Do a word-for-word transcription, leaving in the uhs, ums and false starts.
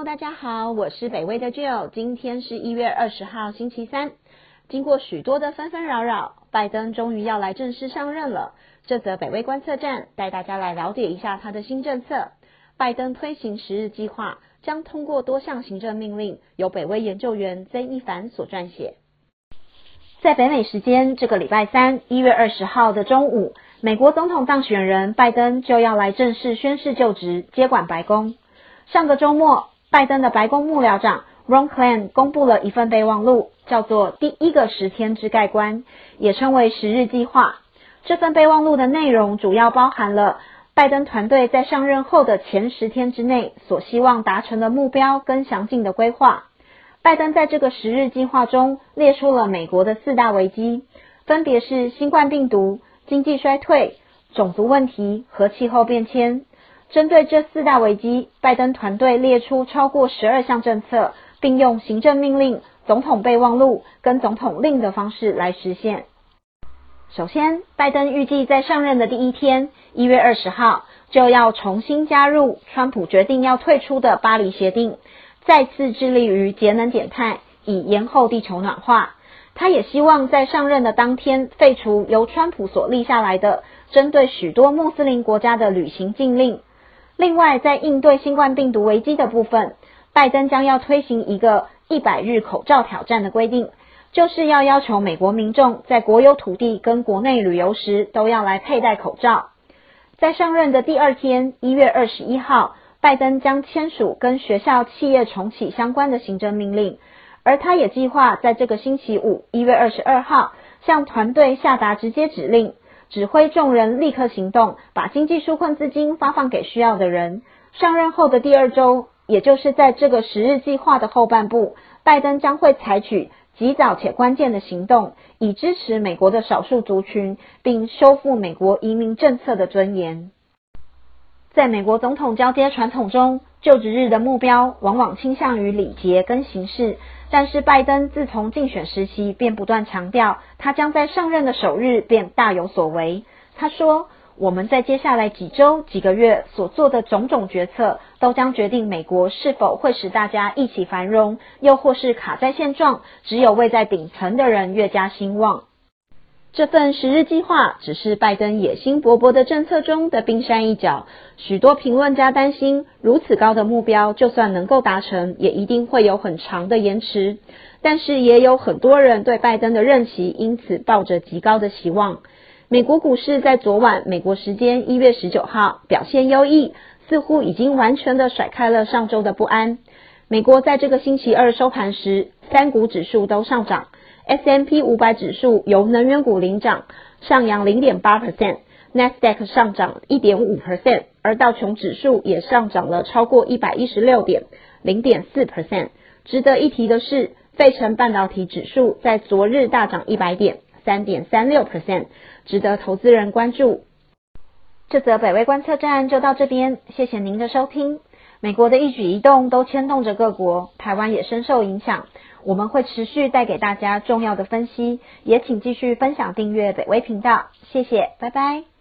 大家好，我是北威的 Jill， 今天是一月二十号星期三。经过许多的纷纷扰扰，拜登终于要来正式上任了。这则北威观测站带大家来了解一下他的新政策。拜登推行十日计划，将通过多项行政命令，由北威研究员曾一凡所撰写。在北美时间这个礼拜三，一月二十号的中午，美国总统当选人拜登就要来正式宣誓就职，接管白宫。上个周末，拜登的白宫幕僚长 Ron Klain 公布了一份备忘录，叫做第一个十天之盖棺，也称为十日计划。这份备忘录的内容主要包含了拜登团队在上任后的前十天之内所希望达成的目标跟详尽的规划。拜登在这个十日计划中列出了美国的四大危机，分别是新冠病毒、经济衰退、种族问题和气候变迁。针对这四大危机，拜登团队列出超过十二项政策，并用行政命令、总统备忘录跟总统令的方式来实现。首先，拜登预计在上任的第一天，一月二十号，就要重新加入川普决定要退出的巴黎协定，再次致力于节能减碳，以延后地球暖化。他也希望在上任的当天废除由川普所立下来的针对许多穆斯林国家的旅行禁令。另外，在应对新冠病毒危机的部分，拜登将要推行一个一百日口罩挑战的规定，就是要要求美国民众在国有土地跟国内旅游时都要来佩戴口罩。在上任的第二天，一月二十一号，拜登将签署跟学校企业重启相关的行政命令，而他也计划在这个星期五，一月二十二号，向团队下达直接指令，指挥众人立刻行动，把经济纾困资金发放给需要的人。上任后的第二周，也就是在这个十日计划的后半部，拜登将会采取及早且关键的行动，以支持美国的少数族群，并修复美国移民政策的尊严。在美国总统交接传统中，就职日的目标往往倾向于礼节跟形式，但是拜登自从竞选时期便不断强调，他将在上任的首日便大有所为。他说，我们在接下来几周几个月所做的种种决策，都将决定美国是否会使大家一起繁荣，又或是卡在现状，只有位在顶层的人越加兴旺。这份十日计划只是拜登野心勃勃的政策中的冰山一角，许多评论家担心，如此高的目标就算能够达成，也一定会有很长的延迟。但是也有很多人对拜登的任期因此抱着极高的期望。美国股市在昨晚美国时间一月十九号表现优异，似乎已经完全的甩开了上周的不安。美国在这个星期二收盘时，三股指数都上涨。S and P 五百 指数由能源股领涨，上扬 零点八 percent， Nasdaq 上涨 一点五 percent， 而道琼指数也上涨了超过一百一十六点 零点四 percent。 值得一提的是，费城半导体指数在昨日大涨一百点 三点三六 percent， 值得投资人关注。这则北威观测站就到这边，谢谢您的收听。美国的一举一动都牵动着各国，台湾也深受影响。我们会持续带给大家重要的分析，也请继续分享订阅北威频道，谢谢，拜拜。